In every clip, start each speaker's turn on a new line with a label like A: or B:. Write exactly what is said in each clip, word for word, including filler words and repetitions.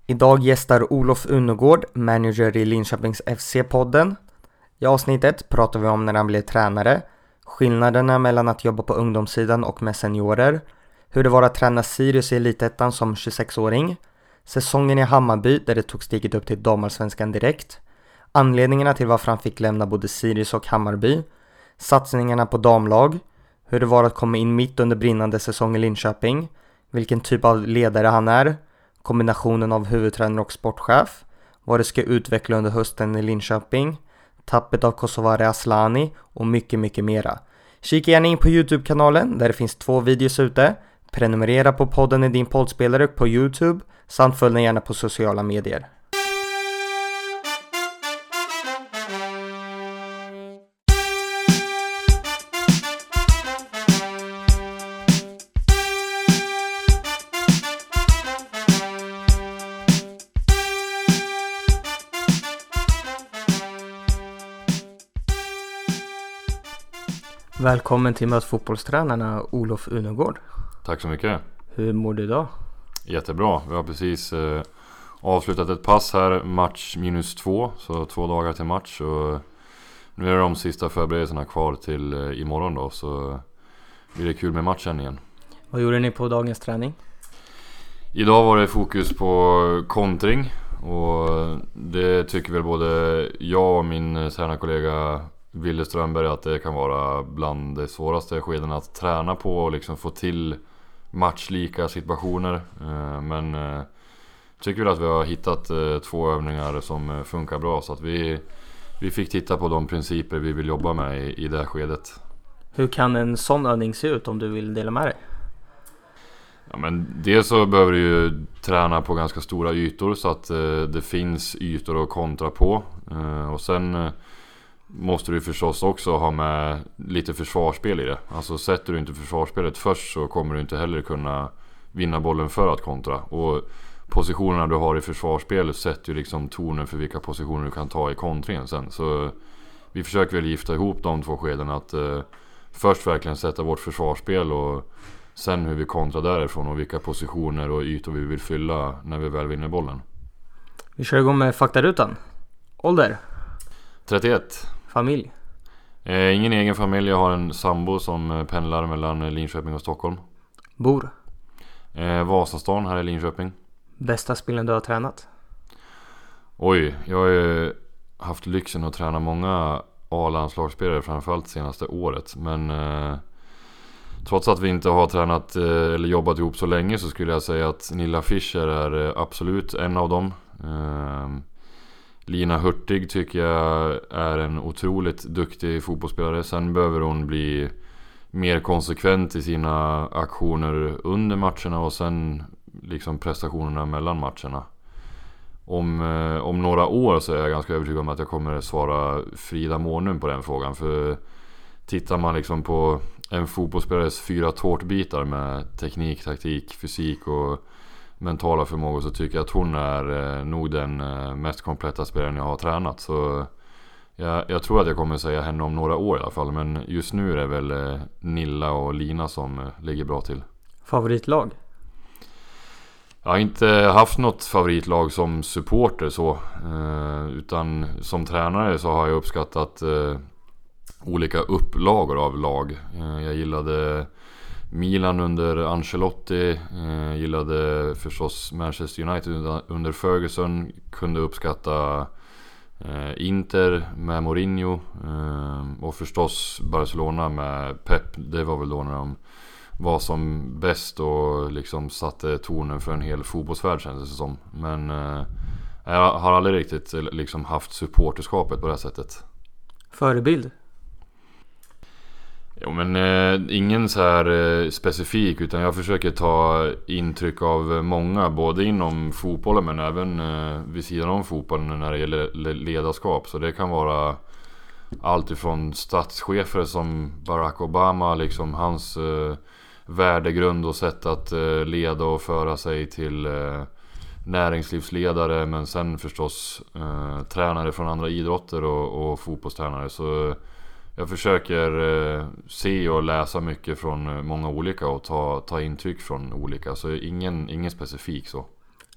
A: Idag gästar Olof Unnergård, manager i Linköpings F C-podden. I avsnittet pratar vi om när han blev tränare, skillnaderna mellan att jobba på ungdomssidan och med seniorer, hur det var att träna Sirius i Elitettan som tjugosexåring, säsongen i Hammarby där det tog steget upp till damallsvenskan direkt, anledningarna till varför han fick lämna både Sirius och Hammarby, satsningarna på damlag, hur det var att komma in mitt under brinnande säsong i Linköping, vilken typ av ledare han är, kombinationen av huvudtränare och sportchef, vad det ska utveckla under hösten i Linköping, tappet av Kosovare Aslani och mycket, mycket mera. Kika gärna in på YouTube-kanalen där det finns två videos ute. Prenumerera på podden i din poddspelare på YouTube samt följ den gärna på sociala medier. Välkommen till Möt fotbollstränarna Olof Unnergård.
B: Tack så mycket.
A: Hur mår du idag?
B: Jättebra. Vi har precis eh, avslutat ett pass här, match minus två, så två dagar till match. Och nu är det de sista förberedelserna kvar till eh, imorgon då, så blir det kul med matchen igen.
A: Vad gjorde ni på dagens träning?
B: Idag var det fokus på kontring, och det tycker väl både jag och min tränarkollega Ville Strömberg att det kan vara bland de svåraste skedena att träna på och liksom få till matchlika situationer. Men tycker väl att vi har hittat två övningar som funkar bra, så att vi, vi fick titta på de principer vi vill jobba med i, i det här skedet.
A: Hur kan en sån övning se ut om du vill dela med dig?
B: Ja, men dels så behöver du ju träna på ganska stora ytor så att det finns ytor att kontra på. Och sen måste du förstås också ha med lite försvarsspel i det. Alltså sätter du inte försvarsspelet först så kommer du inte heller kunna vinna bollen för att kontra. Och positionerna du har i försvarsspel sätter ju liksom tonen för vilka positioner du kan ta i kontringen sen. Så vi försöker väl gifta ihop de två skedena, att eh, först verkligen sätta vårt försvarsspel och sen hur vi kontrar därifrån och vilka positioner och ytor vi vill fylla när vi väl vinner bollen.
A: Vi kör igång med faktarutan. Ålder?
B: trettioett.
A: Familj?
B: Eh, ingen egen familj, jag har en sambo som pendlar mellan Linköping och Stockholm.
A: Bor?
B: Eh, Vasastan här i Linköping.
A: Bästa spelen du har tränat?
B: Oj, jag har ju haft lyxen att träna många A-landslagsspelare framförallt senaste året. Men eh, trots att vi inte har tränat eh, eller jobbat ihop så länge, så skulle jag säga att Nilla Fischer är eh, absolut en av dem. Eh, Lina Hurtig tycker jag är en otroligt duktig fotbollsspelare. Sen behöver hon bli mer konsekvent i sina aktioner under matcherna och sen liksom prestationerna mellan matcherna. Om, eh, om några år så är jag ganska övertygad om att jag kommer svara Frida Månum på den frågan. För tittar man liksom på en fotbollsspelares fyra tårtbitar med teknik, taktik, fysik och mentala förmågor, så tycker jag att hon är eh, nog den eh, mest kompletta spelaren jag har tränat. Så jag, jag tror att jag kommer säga henne om några år i alla fall. Men just nu är det väl eh, Nilla och Lina som eh, ligger bra till.
A: Favoritlag?
B: Jag har inte haft något favoritlag som supporter så, eh, utan som tränare så har jag uppskattat eh, olika upplagor av lag. Eh, jag gillade Milan under Ancelotti, eh, gillade förstås Manchester United under Ferguson, kunde uppskatta eh, Inter med Mourinho eh, och förstås Barcelona med Pep. Det var väl då när de var som bäst och liksom satte tonen för en hel fotbollsvärld, kändes det som. Men eh, jag har aldrig riktigt liksom haft supporterskapet på det här sättet.
A: Förebild?
B: Jo, men eh, ingen så här eh, specifik, utan jag försöker ta intryck av många, både inom fotbollen men även eh, vid sidan om fotbollen när det gäller ledarskap. Så det kan vara allt ifrån statschefer som Barack Obama, liksom hans eh, värdegrund och sätt att eh, leda och föra sig, till eh, näringslivsledare, men sen förstås eh, tränare från andra idrotter och, och fotbollstränare. Så jag försöker eh, se och läsa mycket från många olika och ta, ta intryck från olika. Så ingen, ingen specifik så.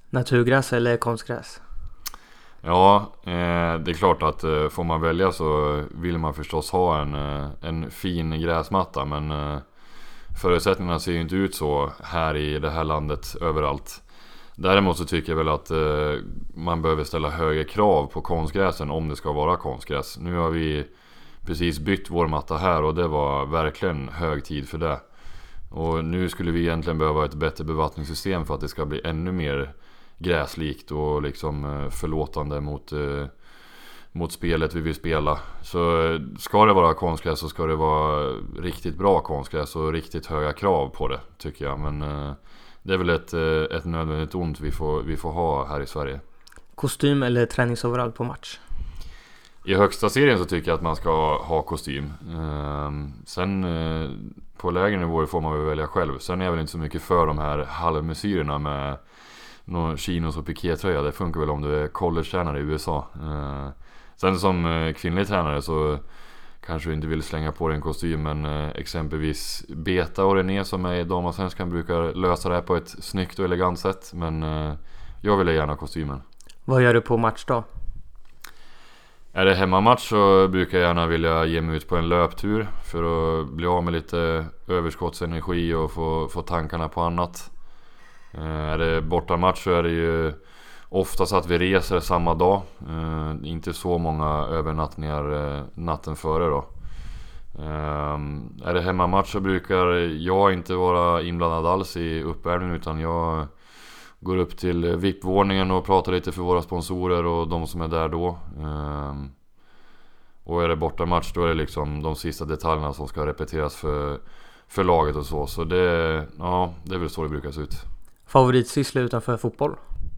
A: Naturgräs eller konstgräs?
B: Ja, eh, det är klart att eh, får man välja så vill man förstås ha en, eh, en fin gräsmatta. Men eh, förutsättningarna ser ju inte ut så här i det här landet överallt. Däremot så tycker jag väl att eh, man behöver ställa högre krav på konstgräsen om det ska vara konstgräs. Nu har vi precis bytt vår matta här och det var verkligen hög tid för det. Och nu skulle vi egentligen behöva ett bättre bevattningssystem för att det ska bli ännu mer gräslikt och liksom förlåtande mot, eh, mot spelet vi vill spela. Så ska det vara konstgräs så ska det vara riktigt bra konstgräs och riktigt höga krav på det, tycker jag. Men eh, det är väl ett, ett nödvändigt ont vi får, vi får ha här i Sverige.
A: Kostym eller träningsoverall på match?
B: I högsta serien så tycker jag att man ska ha kostym. eh, Sen eh, på lägre nivåer får man väl välja själv. Sen är jag väl inte så mycket för de här halvmesyrerna med någon chinos och pikétröja. Det funkar väl om du är college-tränare i U S A. eh, Sen som eh, kvinnlig tränare så kanske du inte vill slänga på dig en kostym. Men eh, exempelvis Beta och René som är i damallsvenskan brukar lösa det här på ett snyggt och elegant sätt. Men eh, jag vill gärna ha kostymen.
A: Vad gör du på match då?
B: Är det hemmamatch så brukar jag gärna vilja ge mig ut på en löptur för att bli av med lite överskottsenergi och få, få tankarna på annat. Eh, är det bortamatch så är det ju oftast att vi reser samma dag. Eh, inte så många övernattningar eh, natten före då. Eh, är det hemmamatch så brukar jag inte vara inblandad alls i uppvärmningen utan jag går upp till V I P-våningen och pratar lite för våra sponsorer och de som är där då. Um, och är det bortamatch då är det liksom de sista detaljerna som ska repeteras för, för laget och så. Så det, ja, det är väl så det brukar se ut.
A: Favoritsyssla utanför fotboll?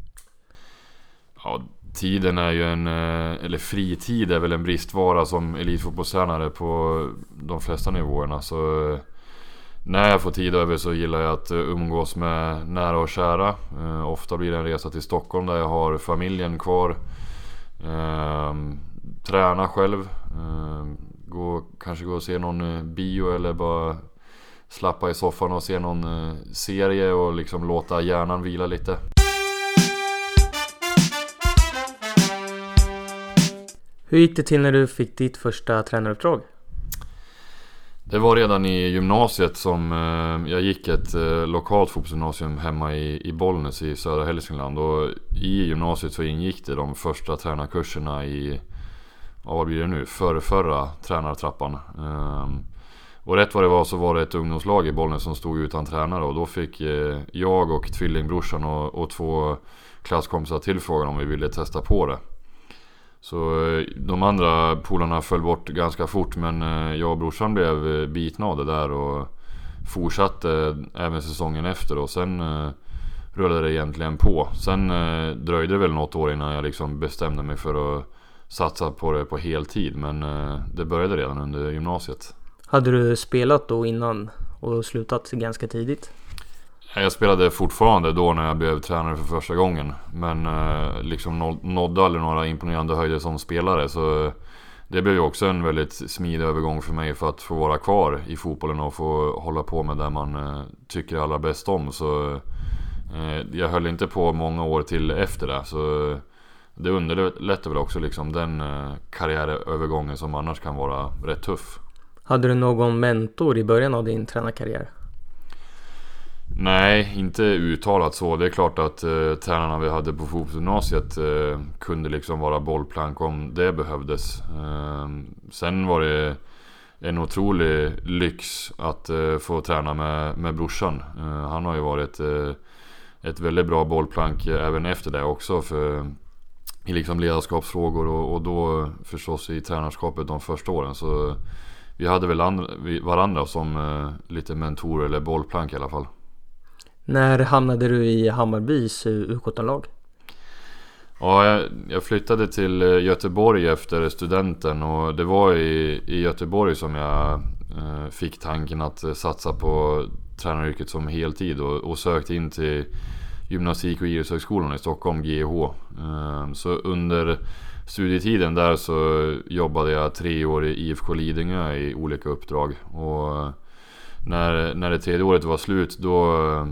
B: Ja, tiden är ju en, eller fritid är väl en bristvara som elitfotbollstränare på de flesta nivåerna. Så när jag får tid över så gillar jag att umgås med nära och kära. Eh, ofta blir det en resa till Stockholm där jag har familjen kvar. Eh, träna själv. Eh, gå, kanske gå och se någon bio eller bara slappa i soffan och se någon eh, serie och liksom låta hjärnan vila lite.
A: Hur gick det till när du fick ditt första tränaruppdrag?
B: Det var redan i gymnasiet som eh, jag gick ett eh, lokalt fotbollsgymnasium hemma i, i Bollnäs i södra Hälsingland. Och i gymnasiet så ingick det de första tränarkurserna i, ja, vad blir det nu, förra, förra tränartrappan. Eh, och rätt vad det var så var det ett ungdomslag i Bollnäs som stod utan tränare. Och då fick eh, jag och tvillingbrorsan och, och två klasskompisar till frågan om vi ville testa på det. Så de andra polarna föll bort ganska fort, men jag och brorsan blev bitna av det där och fortsatte även säsongen efter. Och sen rullade det egentligen på. Sen dröjde det väl något år innan jag liksom bestämde mig för att satsa på det på heltid. Men det började redan under gymnasiet.
A: Hade du spelat då innan och slutat ganska tidigt?
B: Jag spelade fortfarande då när jag blev tränare för första gången. Men eh, liksom nådde aldrig några imponerande höjder som spelare. Så det blev ju också en väldigt smidig övergång för mig för att få vara kvar i fotbollen och få hålla på med det man eh, tycker allra bäst om. Så eh, jag höll inte på många år till efter det. Så det underlättade väl också liksom den eh, karriärövergången som annars kan vara rätt tuff.
A: Hade du någon mentor i början av din tränarkarriär?
B: Nej, inte uttalat så. Det är klart att eh, tränarna vi hade på fotbollsgymnasiet eh, kunde liksom vara bollplank om det behövdes. Eh, sen var det en otrolig lyx att eh, få träna med, med brorsan. Eh, han har ju varit eh, ett väldigt bra bollplank eh, även efter det också för, i liksom ledarskapsfrågor och, och då förstås i tränarskapet de första åren. Så vi hade väl andra, varandra som eh, lite mentorer eller bollplank i alla fall.
A: När hamnade du i Hammarbys U sjutton-lag?
B: Ja, jag, jag flyttade till Göteborg efter studenten och det var i, i Göteborg som jag eh, fick tanken att satsa på tränaryrket som heltid och, och sökte in till gymnastik- och idrottshögskolan i Stockholm, G H. Eh, så under studietiden där så jobbade jag tre år i I F K Lidingö i olika uppdrag och när, när det tredje året var slut då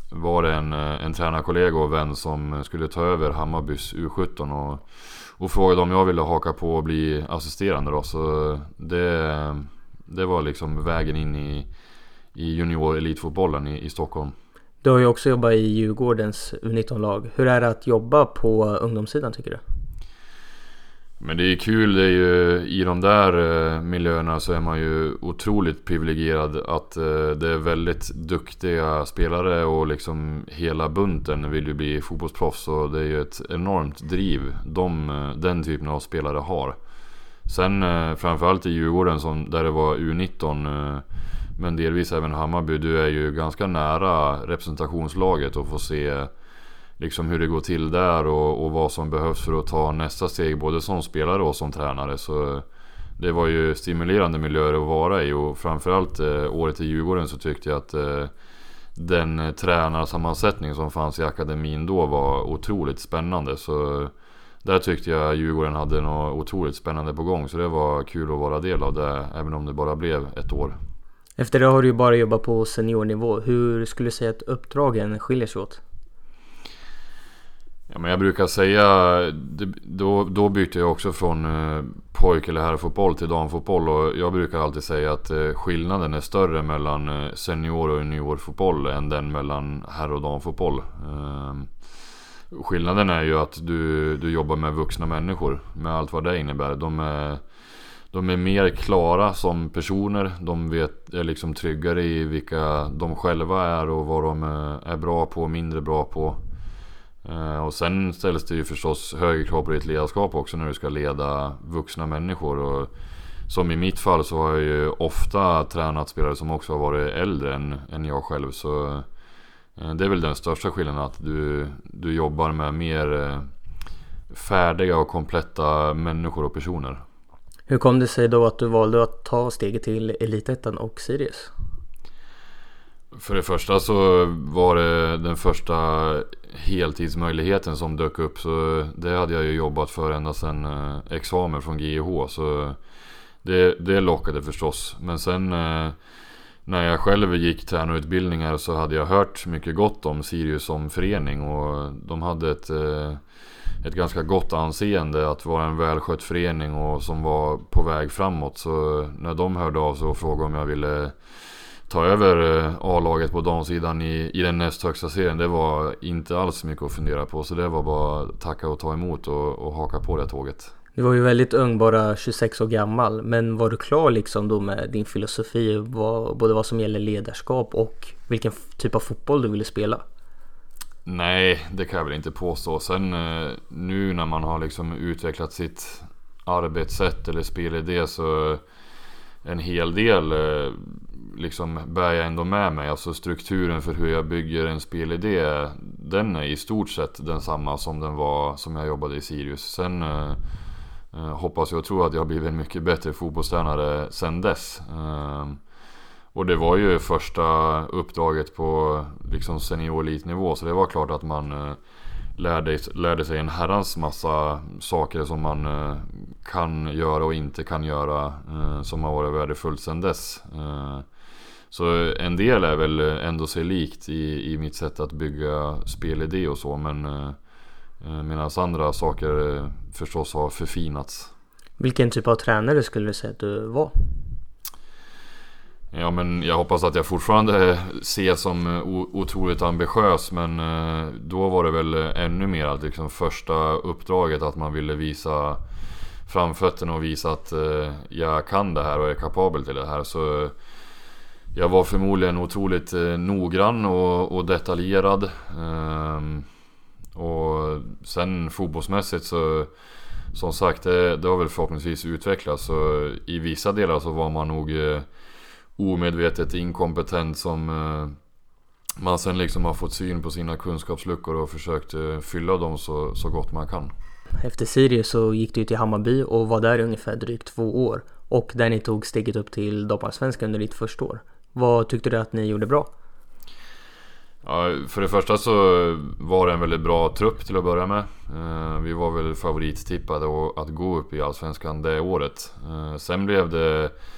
B: var det en, en tränarkollega och vän som skulle ta över Hammarbys U sjutton och, och frågade om jag ville haka på och bli assisterande då. Så det, det var liksom vägen in i, i junior-elitfotbollen i, i Stockholm.
A: Du har ju också jobbat i Djurgårdens U nitton-lag. Hur är det att jobba på ungdomssidan tycker du?
B: Men det är kul, det är ju, i de där miljöerna så är man ju otroligt privilegierad att det är väldigt duktiga spelare och liksom hela bunten vill ju bli fotbollsproffs, och det är ju ett enormt driv de, den typen av spelare har. Sen framförallt i Djurgården som, där det var U nitton, men delvis även Hammarby, du är ju ganska nära representationslaget och får se liksom hur det går till där och, och vad som behövs för att ta nästa steg både som spelare och som tränare. Så det var ju stimulerande miljöer att vara i, och framförallt eh, året i Djurgården så tyckte jag att eh, den tränarsammansättning som fanns i akademin då var otroligt spännande. Så där tyckte jag Djurgården hade något otroligt spännande på gång, så det var kul att vara del av det även om det bara blev ett år.
A: Efter det har du ju bara jobbat på seniornivå. Hur skulle du säga att uppdragen skiljer sig åt?
B: Ja, men jag brukar säga, då, då bytte jag också från eh, pojk- eller herrfotboll till damfotboll, och jag brukar alltid säga att eh, skillnaden är större mellan eh, senior- och juniorfotboll än den mellan herr- och damfotboll. Eh, skillnaden är ju att du, du jobbar med vuxna människor med allt vad det innebär. De är, de är mer klara som personer, de vet, är liksom tryggare i vilka de själva är och vad de är bra på och mindre bra på. Och sen ställs det ju förstås högre krav på ditt ledarskap också när du ska leda vuxna människor, och som i mitt fall så har jag ju ofta tränat spelare som också har varit äldre än, än jag själv, så det är väl den största skillnaden, att du, du jobbar med mer färdiga och kompletta människor och personer.
A: Hur kom det sig då att du valde att ta steget till Elitettan och Sirius?
B: För det första så var det den första heltidsmöjligheten som dök upp, så det hade jag ju jobbat för ända sedan eh, examen från G I H, så det, det lockade förstås. Men sen eh, när jag själv gick tränarutbildningar så hade jag hört mycket gott om Sirius som förening, och de hade ett, eh, ett ganska gott anseende att vara en välskött förening och som var på väg framåt. Så när de hörde av sig och frågade om jag ville ta över A-laget på damsidan i, i den näst högsta serien, det var inte alls mycket att fundera på, så det var bara tacka och ta emot och, och haka på det tåget.
A: Du var ju väldigt ung, bara tjugosex år gammal, men var du klar liksom då med din filosofi, vad, både vad som gäller ledarskap och vilken typ av fotboll du ville spela?
B: Nej, det kan jag väl inte påstå. Sen nu när man har liksom utvecklat sitt arbetssätt eller spelidé, så en hel del liksom bär jag ändå med mig. Alltså strukturen för hur jag bygger en spelidé, den är i stort sett densamma som den var som jag jobbade i Sirius. Sen eh, hoppas jag och tror att jag har blivit en mycket bättre fotbollstränare sen dess. Eh, och det var ju första uppdraget på liksom senior-elitnivå, så det var klart att man eh, lärde, lärde sig en herrans massa saker som man eh, kan göra och inte kan göra, eh, som har varit värdefullt sen dess. Eh, Så en del är väl ändå sig likt i, i mitt sätt att bygga spelidé och så, men eh, medan andra saker eh, förstås har förfinats.
A: Vilken typ av tränare skulle du säga att du var?
B: Ja, men jag hoppas att jag fortfarande ses som o- otroligt ambitiös, men eh, då var det väl ännu mer att liksom första uppdraget att man ville visa framfötterna och visa att eh, jag kan det här och är kapabel till det här. Så jag var förmodligen otroligt eh, noggrann och, och detaljerad. Ehm, och sen fotbollsmässigt så, som sagt, det, det har väl förhoppningsvis utvecklats. Så i vissa delar så var man nog eh, omedvetet inkompetent som eh, man sen liksom har fått syn på sina kunskapsluckor och försökt eh, fylla dem så, så gott man kan.
A: Efter Sirius så gick du till Hammarby och var där ungefär drygt två år. Och där ni tog steget upp till damallsvenskan under ditt första år. Vad tyckte du att ni gjorde bra?
B: Ja, för det första så var det en väldigt bra trupp till att börja med. Eh, vi var väl favorittippade att gå upp i allsvenskan det året. Eh, sen blev det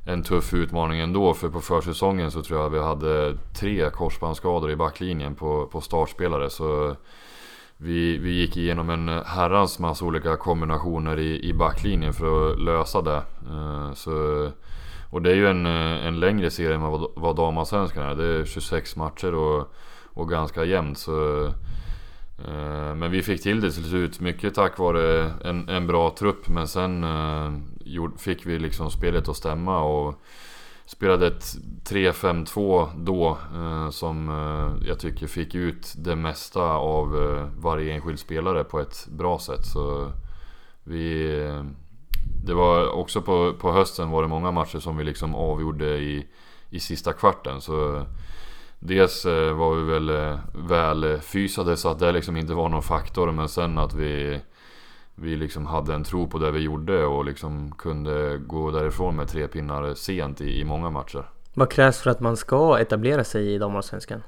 B: en tuff utmaning ändå, för på försäsongen så tror jag vi hade tre korsbandsskador i backlinjen på, på startspelare, så vi, vi gick igenom en herrans massa olika kombinationer i, i backlinjen för att lösa det. Uh, så, och det är ju en, en längre serie än vad, vad damallsvenskan är. Det är tjugosex matcher och, och ganska jämnt, så uh, men vi fick till det till slut, mycket tack vare en, en bra trupp, men sen uh, fick vi liksom spelet att stämma och spelade ett tre fem två då eh, som eh, jag tycker fick ut det mesta av eh, varje enskild spelare på ett bra sätt. Så vi, eh, det var också på, på hösten var det många matcher som vi liksom avgjorde i, i sista kvarten. Så dels eh, var vi väl eh, väl fysade så att det liksom inte var någon faktor, men sen att vi Vi liksom hade en tro på det vi gjorde och liksom kunde gå därifrån med tre pinnar sent i, i många matcher.
A: Vad krävs för att man ska etablera sig i damallsvenskan?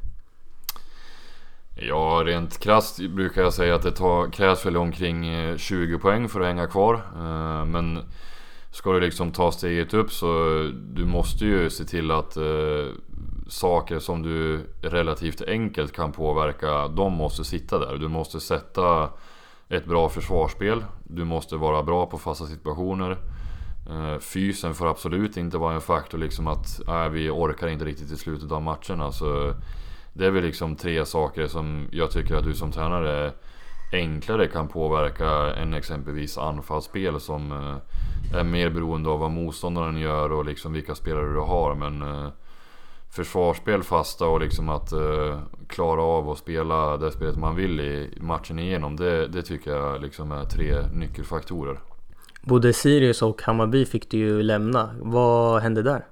B: Ja, rent krasst brukar jag säga att det tar, krävs väl omkring tjugo poäng för att hänga kvar. Men ska du liksom ta steget upp så du måste ju se till att saker som du relativt enkelt kan påverka, de måste sitta där. Du måste sätta ett bra försvarsspel. Du måste vara bra på fasta situationer. Fysen får absolut inte vara en faktor liksom att äh, vi orkar inte riktigt i slutet av matcherna. Så det är väl liksom tre saker som jag tycker att du som tränare enklare kan påverka än exempelvis anfallsspel, som är mer beroende av vad motståndaren gör och liksom vilka spelare du har. Men försvarsspel fasta och liksom att uh, klara av att spela det spelet man vill i matchen igenom, det, det tycker jag liksom är tre nyckelfaktorer.
A: Både Sirius och Hammarby fick du ju lämna. Vad hände där?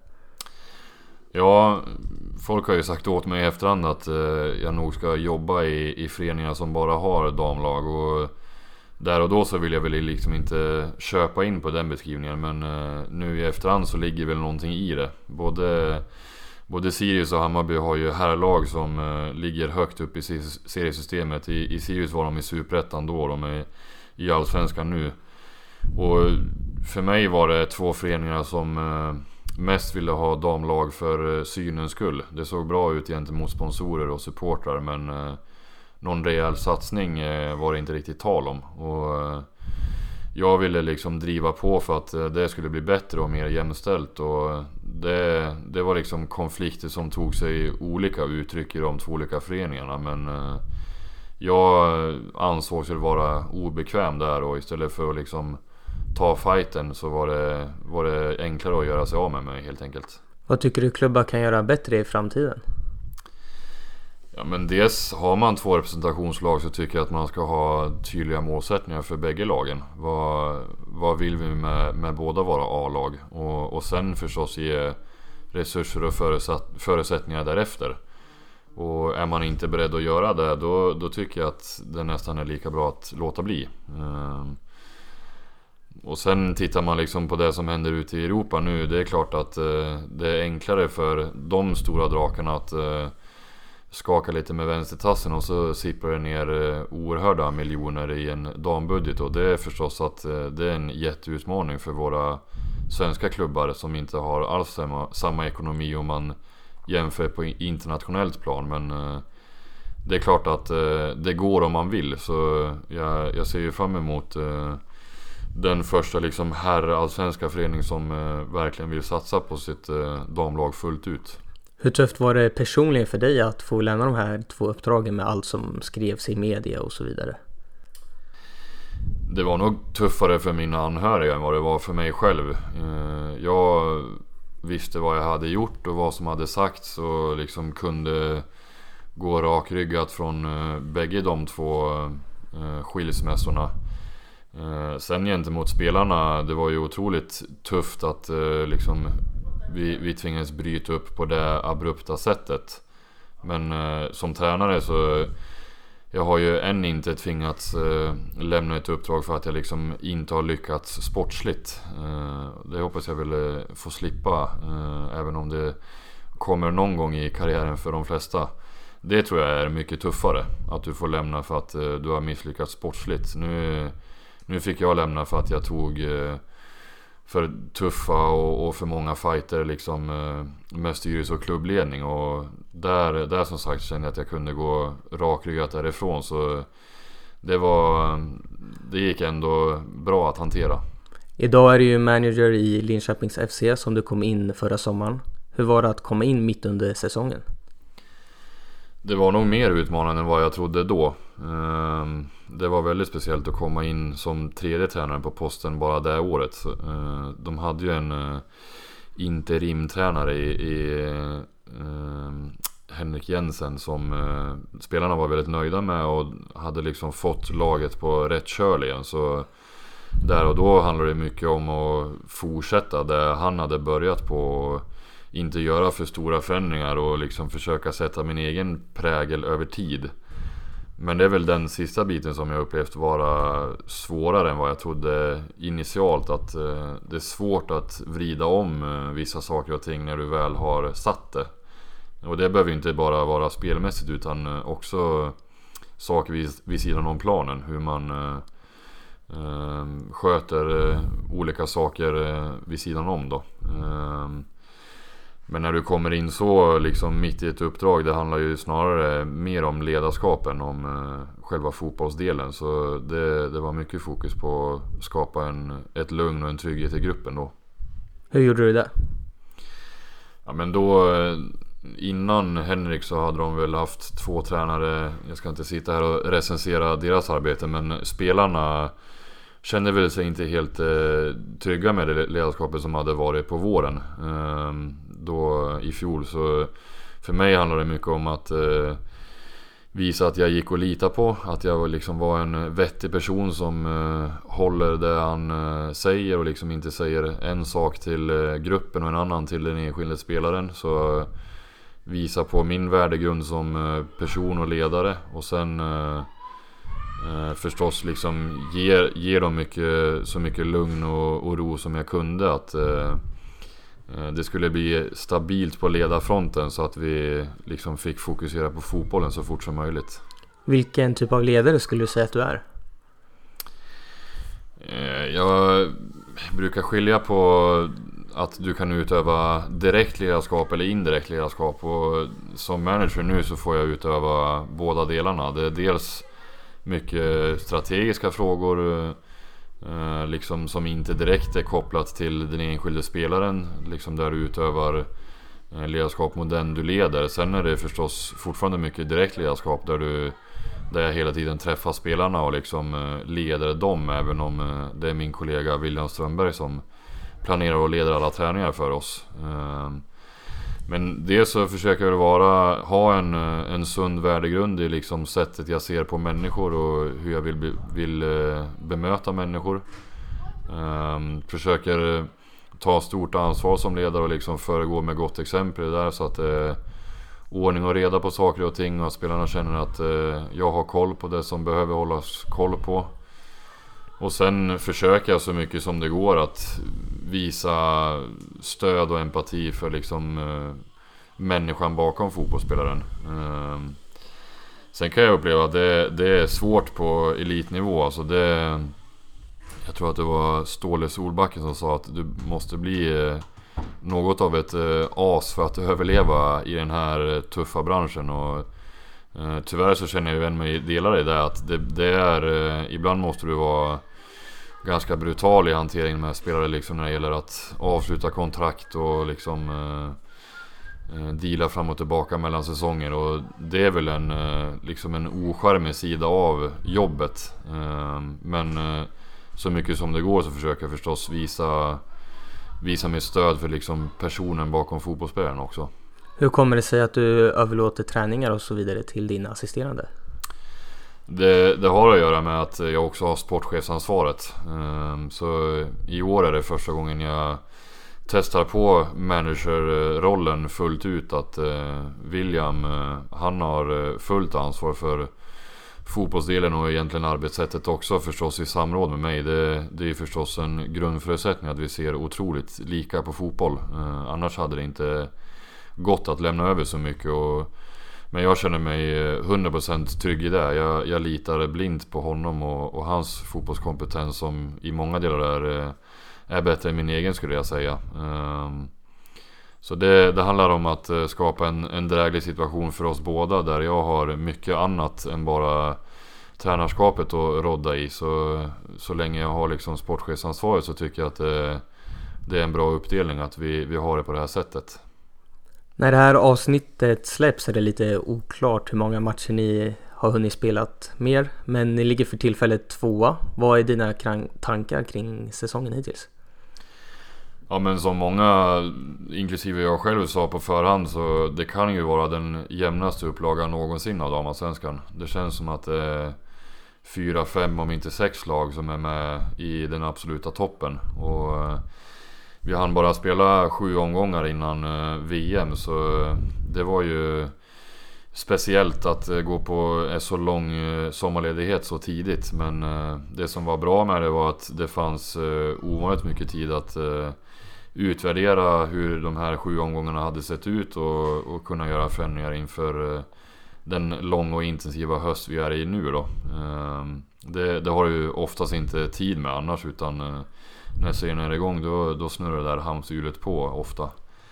B: Ja, folk har ju sagt åt mig i efterhand att uh, jag nog ska jobba i, i föreningar som bara har damlag, och där och då så vill jag väl liksom inte köpa in på den beskrivningen, men uh, nu i efterhand så ligger väl någonting i det. Både Både Sirius och Hammarby har ju herrlag som uh, ligger högt upp i seriesystemet. I, i Sirius var de i Superettan då, de är i Allsvenskan nu. Och för mig var det två föreningar som uh, mest ville ha damlag för uh, synens skull. Det såg bra ut gentemot sponsorer och supportrar, men uh, någon rejäl satsning uh, var det inte riktigt tal om. Och uh, jag ville liksom driva på för att uh, det skulle bli bättre och mer jämställt, och Det, det var liksom konflikter som tog sig olika uttryck i de två olika föreningarna. Men eh, jag ansågs väl vara obekväm där, och istället för att liksom ta fighten så var det, var det enklare att göra sig av med mig helt enkelt.
A: Vad tycker du klubbar kan göra bättre i framtiden?
B: Ja, men dels har man två representationslag så tycker jag att man ska ha tydliga målsättningar för bägge lagen. Vad, vad vill vi med, med båda våra A-lag? Och, och sen förstås ge resurser och förutsatt, förutsättningar därefter. Och är man inte beredd att göra det, då, då tycker jag att det nästan är lika bra att låta bli. Um, och sen tittar man liksom på det som händer ute i Europa nu. Det är klart att uh, det är enklare för de stora drakarna att uh, skaka lite med vänstertassen, och så sipprar det ner uh, oerhörda miljoner i en dambudget. Och det är förstås att uh, det är en jätteutmaning för våra svenska klubbar som inte har alls samma, samma ekonomi om man jämför på internationellt plan. Men uh, det är klart att uh, det går om man vill. Så jag, jag ser ju fram emot uh, den första liksom herr-allsvenska förening som uh, verkligen vill satsa på sitt uh, damlag fullt ut.
A: Hur tufft var det personligen för dig att få lämna de här två uppdragen med allt som skrevs i media och så vidare?
B: Det var nog tuffare för mina anhöriga än vad det var för mig själv. Jag visste vad jag hade gjort och vad som hade sagts, och liksom kunde gå rakryggat från bägge de två skilsmässorna. Sen gentemot spelarna, det var ju otroligt tufft att liksom vi, vi tvingades bryta upp på det abrupta sättet. Men som tränare så jag har ju än inte tvingats eh, lämna ett uppdrag för att jag liksom inte har lyckats sportsligt. Eh, det hoppas jag väl eh, få slippa, eh, även om det kommer någon gång i karriären för de flesta. Det tror jag är mycket tuffare, att du får lämna för att eh, du har misslyckats sportsligt. Nu, nu fick jag lämna för att jag tog eh, för tuffa och, och för många fighter liksom, med styrelse och klubbledning. Och där, där som sagt kände jag att jag kunde gå rakryggat därifrån. Så det var, det gick ändå bra att hantera.
A: Idag är du ju manager i Linköpings F C som du kom in förra sommaren. Hur var det att komma in mitt under säsongen?
B: Det var nog mer utmanande än vad jag trodde då. Det var väldigt speciellt att komma in som tredje tränare på posten bara det året. De hade ju en interimtränare i, i Henrik Jensen som spelarna var väldigt nöjda med och hade liksom fått laget på rätt köl igen. Så där och då handlade det mycket om att fortsätta där han hade börjat på, inte göra för stora förändringar och liksom försöka sätta min egen prägel över tid. Men det är väl den sista biten som jag upplevt vara svårare än vad jag trodde initialt. Att eh, det är svårt att vrida om eh, vissa saker och ting när du väl har satt det. Och det behöver inte bara vara spelmässigt utan eh, också saker vid, vid sidan om planen. Hur man eh, eh, sköter eh, olika saker eh, vid sidan om då. Eh, Men när du kommer in så liksom mitt i ett uppdrag, det handlar ju snarare mer om ledarskapen, om eh, själva fotbollsdelen. Så det, det var mycket fokus på att skapa en, ett lugn och en trygghet i gruppen då.
A: Hur gjorde du det?
B: Ja men då, innan Henrik så hade de väl haft två tränare. Jag ska inte sitta här och recensera deras arbete, men spelarna kände väl sig inte helt eh, trygga med det ledarskapet som hade varit på våren. Eh, då i fjol. Så för mig handlar det mycket om att eh, visa att jag gick och lita på, att jag liksom var en vettig person som eh, håller det han eh, säger och liksom inte säger en sak till eh, gruppen och en annan till den enskilda spelaren. Så eh, visa på min värdegrund som eh, person och ledare och sen eh, eh, förstås liksom ge, ge dem mycket, så mycket lugn och, och ro som jag kunde, att eh, det skulle bli stabilt på ledarfronten så att vi liksom fick fokusera på fotbollen så fort som möjligt.
A: Vilken typ av ledare skulle du säga att du är?
B: Jag brukar skilja på att du kan utöva direkt ledarskap eller indirekt ledarskap. Och som manager nu så får jag utöva båda delarna. Det är dels mycket strategiska frågor, Uh, liksom som inte direkt är kopplat till den enskilde spelaren, liksom där du utövar uh, ledarskap mot den du leder. Sen är det förstås fortfarande mycket direkt ledarskap där, du, där jag hela tiden träffar spelarna och liksom uh, leder dem, även om uh, det är min kollega William Strömberg som planerar och leder alla träningar för oss. Uh, Men det så försöker jag vara, ha en, en sund värdegrund i liksom sättet jag ser på människor och hur jag vill, be, vill bemöta människor. Um, försöker ta stort ansvar som ledare och liksom föregå med gott exempel där, så att det är ordning och reda på saker och ting och att spelarna känner att uh, jag har koll på det som behöver hållas koll på. Och sen försöker jag så mycket som det går att visa stöd och empati för liksom uh, människan bakom fotbollsspelaren. Uh, sen kan jag uppleva att det, det är svårt på elitnivå. Alltså det, jag tror att det var Ståle Solbacken som sa att du måste bli uh, något av ett uh, as för att överleva i den här uh, tuffa branschen. Och uh, tyvärr så känner jag igen mig delar i det, att det, det är uh, ibland måste du vara ganska brutal i hanteringen med spelare liksom när det gäller att avsluta kontrakt och liksom eh, deala fram och tillbaka mellan säsonger. Och det är väl en, eh, liksom en ocharmig sida av jobbet. Eh, men eh, så mycket som det går så försöker jag förstås visa, visa mitt stöd för liksom personen bakom fotbollsspelaren också.
A: Hur kommer det sig att du överlåter träningar och så vidare till dina assisterande?
B: Det, det har att göra med att jag också har sportchefsansvaret. Så i år är det första gången jag testar på managerrollen fullt ut. Att William, han har fullt ansvar för fotbollsdelen och egentligen arbetssättet också, förstås i samråd med mig. Det, det är förstås en grundförutsättning att vi ser otroligt lika på fotboll. Annars hade det inte gått att lämna över så mycket. Och men jag känner mig hundra procent trygg i det. Jag, jag litar blint på honom och, och hans fotbollskompetens, som i många delar är, är bättre än min egen, skulle jag säga. Um, så det, det handlar om att uh, skapa en, en dräglig situation för oss båda, där jag har mycket annat än bara tränarskapet att rodda i. Så, så länge jag har liksom sportchefsansvaret så tycker jag att det, det är en bra uppdelning att vi, vi har det på det här sättet.
A: När det här avsnittet släpps är det lite oklart hur många matcher ni har hunnit spelat mer, men ni ligger för tillfället tvåa. Vad är dina kran- tankar kring säsongen hittills?
B: Ja, men som många, inklusive jag själv, sa på förhand, så det kan ju vara den jämnaste upplagan någonsin av damallsvenskan. Det känns som att det är fyra, fem om inte sex lag som är med i den absoluta toppen. Och vi hann bara spela sju omgångar innan V M, så det var ju speciellt att gå på en så lång sommarledighet så tidigt. Men det som var bra med det var att det fanns ovanligt mycket tid att utvärdera hur de här sju omgångarna hade sett ut och, och kunna göra förändringar inför den långa och intensiva höst vi är i nu då. Det, det har ju oftast inte tid med annars, utan när serien är igång då, då snurrar det där hamsterhjulet på ofta.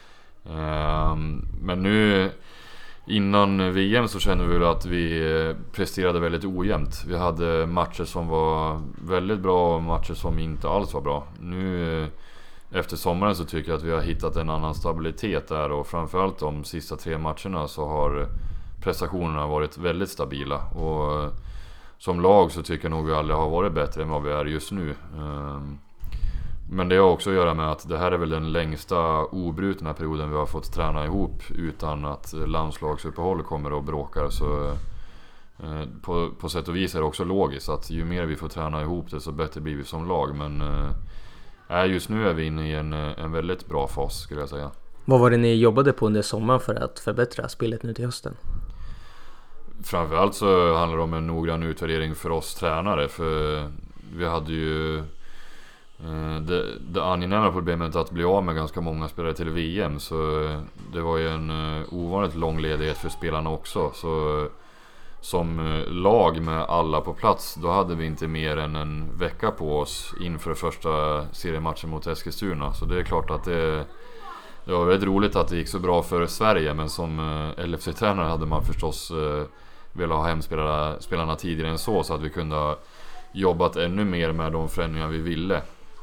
B: Men nu innan V M så kände vi väl att vi presterade väldigt ojämnt. Vi hade matcher som var väldigt bra och matcher som inte alls var bra. Nu efter sommaren så tycker jag att vi har hittat en annan stabilitet där, och framförallt de sista tre matcherna så har prestationerna varit väldigt stabila. Och som lag så tycker jag nog vi aldrig har varit bättre än vad vi är just nu. Men det har också att göra med att det här är väl den längsta obrutna perioden vi har fått träna ihop utan att landslagsuppehåll kommer och bråkar. Så eh, på, på sätt och vis är det också logiskt att ju mer vi får träna ihop det, så bättre blir vi som lag. Men eh, just nu är vi inne i en, en väldigt bra fas, skulle jag säga.
A: Vad var det ni jobbade på under sommaren för att förbättra spelet nu till hösten?
B: Framförallt så handlar det om en noggrann utvärdering för oss tränare. För vi hade ju Det, det angenäma problemet att bli av med ganska många spelare till V M, så det var ju en ovanligt lång ledighet för spelarna också. Så som lag med alla på plats, då hade vi inte mer än en vecka på oss inför första seriematchen mot Eskilstuna. Så det är klart att det, det var väldigt roligt att det gick så bra för Sverige, men som L F C-tränare hade man förstås velat ha hem spelarna, spelarna tidigare än så, så att vi kunde ha jobbat ännu mer med de förändringar vi ville.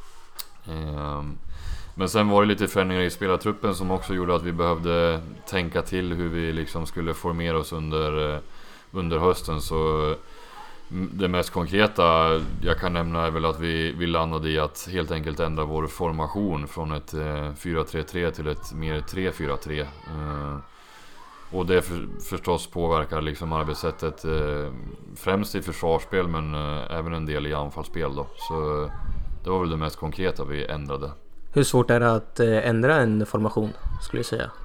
B: Men sen var det lite förändringar i spelartruppen som också gjorde att vi behövde tänka till hur vi liksom skulle formera oss under, under hösten. Så det mest konkreta jag kan nämna är väl att vi, vi landade i att helt enkelt ändra vår formation från ett fyra tre tre till ett mer tre fyra tre. Och det för, förstås påverkar liksom arbetssättet främst i försvarsspel, men även en del i anfallsspel då. Så det var väl det mest konkreta vi ändrade.
A: Hur svårt är det att ändra en formation, skulle jag säga?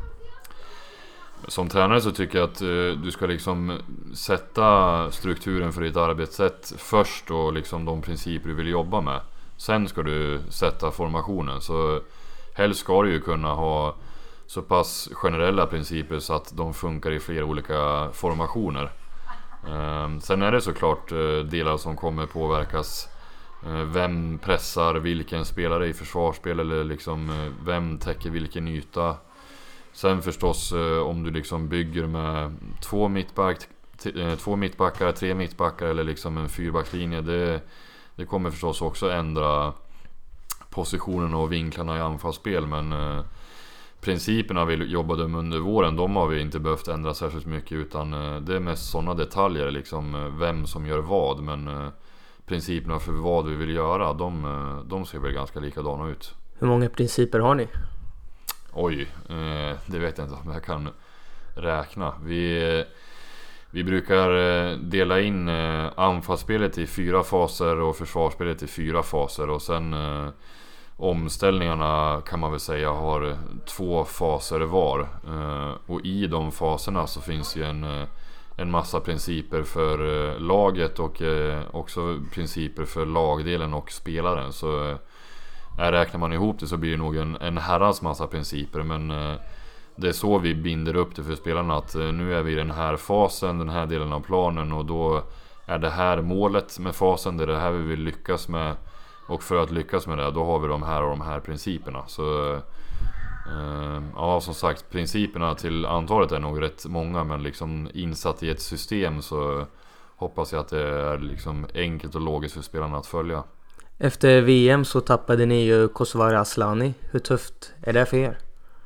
B: Som tränare så tycker jag att du ska liksom sätta strukturen för ditt arbetssätt först, och liksom de principer du vill jobba med. Sen ska du sätta formationen. Så helst ska du ju kunna ha så pass generella principer så att de funkar i flera olika formationer. Sen är det såklart delar som kommer påverkas. Vem pressar vilken spelare i försvarsspel, eller liksom vem täcker vilken yta. Sen förstås om du liksom bygger med två, mittback, t- två mittbackar, tre mittbackar eller liksom en fyrbacklinje, det, det kommer förstås också ändra positionen och vinklarna i anfallsspel. Men eh, principerna vi jobbade med under våren, de har vi inte behövt ändra särskilt mycket, utan eh, det är mest sådana detaljer, liksom vem som gör vad. Men eh, principerna för vad vi vill göra, de, de ser väl ganska likadana ut.
A: Hur många principer har ni?
B: Oj, eh, det vet jag inte om jag kan räkna. Vi, vi brukar dela in eh, anfallsspelet i fyra faser och försvarsspelet i fyra faser. Och sen eh, omställningarna kan man väl säga har två faser var. Eh, och i de faserna så finns ju en, en massa principer för eh, laget och eh, också principer för lagdelen och spelaren. Så Här räknar man ihop det så blir det nog en, en herrans massa principer. Men eh, det är så vi binder upp det för spelarna, att eh, nu är vi i den här fasen, den här delen av planen, och då är det här målet med fasen, det är det här vi vill lyckas med Och för att lyckas med det, då har vi de här och de här principerna. Så eh, ja, som sagt, principerna till antalet är nog rätt många, men liksom insatt i ett system så hoppas jag att det är liksom enkelt och logiskt för spelarna att följa.
A: Efter V M så tappade ni ju Kosovare Asllani. Hur tufft är det för er?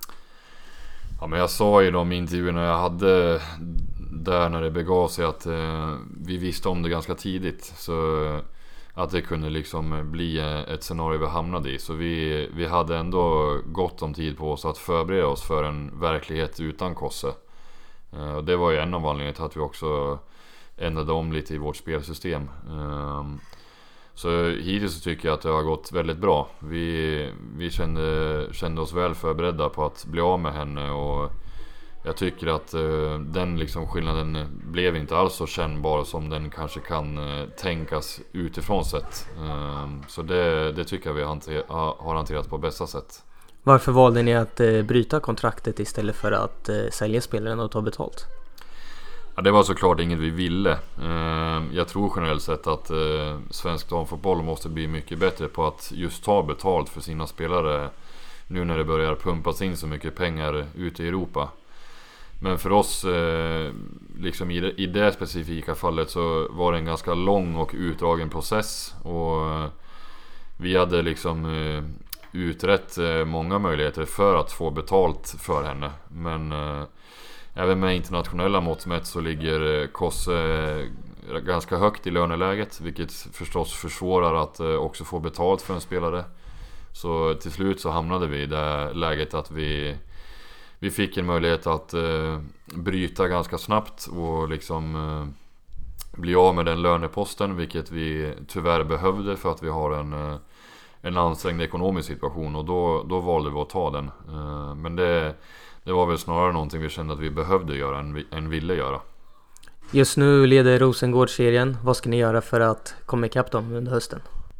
B: Ja, men jag sa i de intervjuerna jag hade där när det begav sig att eh, vi visste om det ganska tidigt. Så att det kunde liksom bli ett scenario vi hamnade i. Så vi, vi hade ändå gott om tid på oss att förbereda oss för en verklighet utan Kosse. Eh, och det var ju en av anledningarna till att vi också ändrade om lite i vårt spelsystem. Eh, Så hittills så tycker jag att det har gått väldigt bra. Vi, vi kände, kände oss väl förberedda på att bli av med henne. Och jag tycker att uh, den liksom skillnaden blev inte alls så kännbar som den kanske kan uh, tänkas utifrån sett. Uh, så det, det tycker jag vi hanter, har hanterat på bästa sätt.
A: Varför valde ni att uh, bryta kontraktet istället för att uh, sälja spelaren och ta betalt?
B: Ja, det var såklart inget vi ville. Jag tror generellt sett att svensk damfotboll måste bli mycket bättre på att just ta betalt för sina spelare nu när det börjar pumpas in så mycket pengar ute i Europa. Men för oss, liksom i det, i det specifika fallet, så var det en ganska lång och utdragen process. Och vi hade liksom utrett många möjligheter för att få betalt för henne. Men även med internationella mått mätt så ligger Kosse ganska högt i löneläget, vilket förstås försvårar att också få betalt för en spelare. Så till slut så hamnade vi i det läget att vi, vi fick en möjlighet att eh, bryta ganska snabbt och liksom eh, bli av med den löneposten, vilket vi tyvärr behövde för att vi har en, eh, en ansträngd ekonomisk situation, och då, då valde vi att ta den. Eh, men det Det var väl snarare någonting vi kände att vi behövde göra än, vi, än ville göra.
A: Just nu leder Rosengård serien. Vad ska ni göra för att komma ikapp dem under hösten?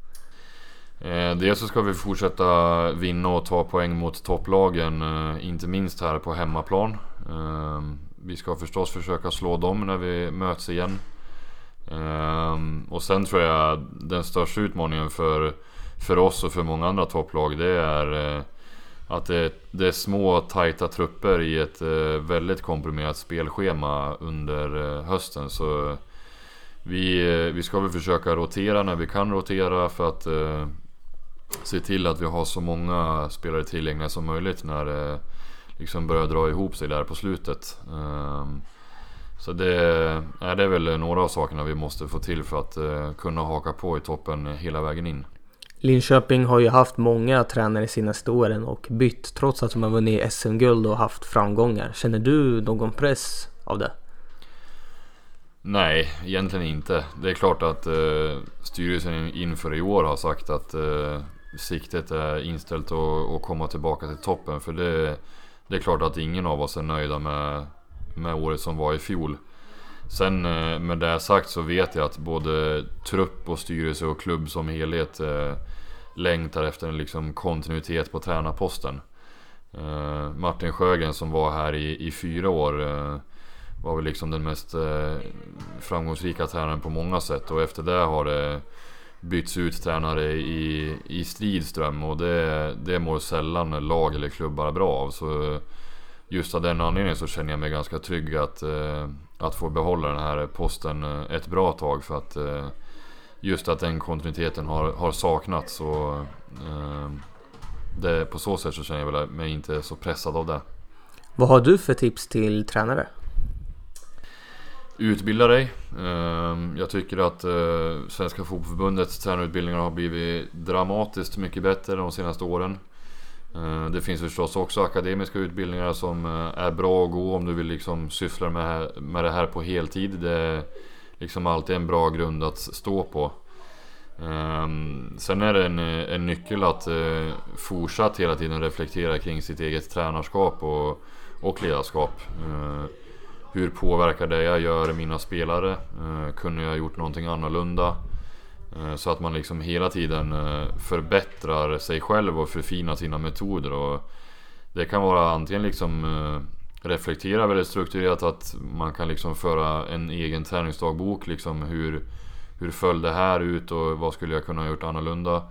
B: Eh, dels så ska vi fortsätta vinna och ta poäng mot topplagen. Eh, inte minst här på hemmaplan. Eh, vi ska förstås försöka slå dem när vi möts igen. Eh, och sen tror jag den största utmaningen för, för oss och för många andra topplag, det är... Eh, Att det, det är små, tajta trupper i ett eh, väldigt komprimerat spelschema under eh, hösten. Så vi, eh, vi ska väl försöka rotera när vi kan rotera för att eh, se till att vi har så många spelare tillgängliga som möjligt när det eh, liksom börjar dra ihop sig där på slutet. Eh, så det, eh, det är väl några av sakerna vi måste få till för att eh, kunna haka på i toppen hela vägen in.
A: Linköping har ju haft många tränare senaste åren och bytt trots att de har vunnit S M-guld och haft framgångar. Känner du någon press av det?
B: Nej, egentligen inte. Det är klart att eh, styrelsen inför i år har sagt att eh, siktet är inställt att, att komma tillbaka till toppen. För det, det är klart att ingen av oss är nöjda med, med året som var i fjol. Sen eh, med det sagt så vet jag att både trupp och styrelse och klubb som helhet eh, längtar efter en liksom kontinuitet på tränarposten. Eh, Martin Sjögren som var här i, i fyra år eh, var väl liksom den mest eh, framgångsrika tränaren på många sätt. Och efter det har det bytts ut tränare i, i stridström, och det, det mår sällan lag eller klubbar bra av. Så just av den anledningen så känner jag mig ganska trygg att, eh, att få behålla den här posten ett bra tag, för att eh, just att den kontinuiteten har, har saknats. Och eh, det, på så sätt så känner jag väl mig inte så pressad av det.
A: Vad har du för tips till tränare?
B: Utbilda dig. Jag tycker att Svenska fotbollsförbundets tränarutbildningar har blivit dramatiskt mycket bättre de senaste åren. Det finns förstås också akademiska utbildningar som är bra att gå om du vill liksom syssla med, med det här på heltid. Det är liksom alltid en bra grund att stå på. Sen är det en, en nyckel att fortsatt hela tiden reflektera kring sitt eget tränarskap och, och ledarskap. Hur påverkar det jag gör mina spelare? Eh, kunde jag ha gjort någonting annorlunda? Eh, så att man liksom hela tiden eh, förbättrar sig själv och förfinar sina metoder. Och det kan vara antingen liksom eh, reflektera väldigt strukturerat, att man kan liksom föra en egen träningsdagbok. Liksom hur, hur föll det här ut och vad skulle jag kunna ha gjort annorlunda?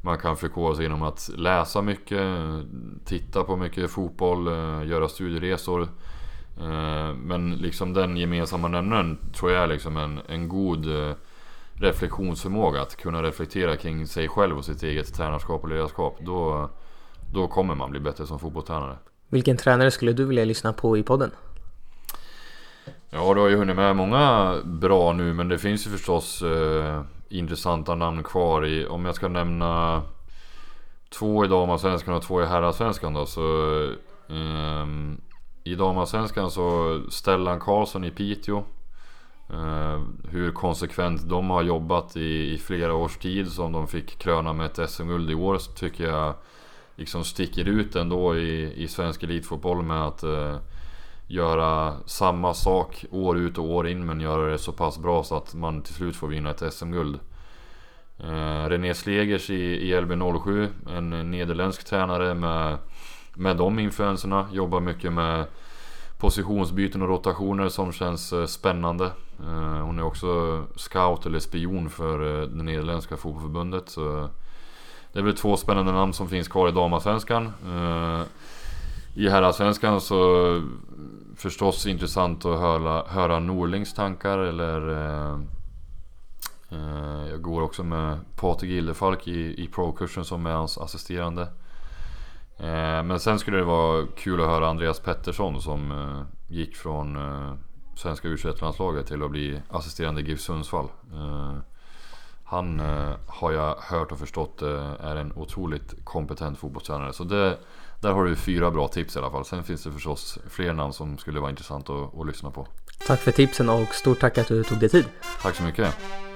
B: man kan förkovra sig genom att läsa mycket, titta på mycket fotboll, göra studieresor. Men liksom den gemensamma nämnaren tror jag är liksom en, en god reflektionsförmåga, att kunna reflektera kring sig själv och sitt eget tränarskap och ledarskap. Då, då kommer man bli bättre som fotbollstränare.
A: Vilken tränare skulle du vilja lyssna på i podden?
B: Ja, du har ju hunnit med många bra nu, men det finns ju förstås eh, intressanta namn kvar. I, om jag ska nämna två i damallsvenskan och två i herrallsvenskan då, så eh, i damallsvenskan så Stellan Karlsson i Piteå. Uh, hur konsekvent de har jobbat i, i flera års tid, som de fick kröna med ett S M-guld i år, så tycker jag liksom sticker ut ändå i, i svensk elitfotboll med att uh, göra samma sak år ut och år in, men göra det så pass bra så att man till slut får vinna ett S M-guld. uh, René Slegers i, i L B noll sju, en nederländsk tränare med, med de influenserna, jobbar mycket med positionsbyten och rotationer som känns spännande. Hon är också scout eller spion för det nederländska fotbollsförbundet. Så det är väl två spännande namn som finns kvar i damallsvenskan. I herrallsvenskan så förstås intressant att höra, höra Norlings tankar. Eller jag går också med Patrik Gildefalk i, i pro-kursen som är hans assisterande. Men sen skulle det vara kul att höra Andreas Pettersson som uh, gick från uh, svenska U tjugoett-landslaget till att bli assisterande i GIF Sundsvall. Uh, han uh, har jag hört och förstått uh, är en otroligt kompetent fotbollstränare. Så det, där har du fyra bra tips i alla fall. Sen finns det förstås fler namn som skulle vara intressant att, att lyssna på.
A: Tack för tipsen och stort tack att du tog dig tid.
B: Tack så mycket.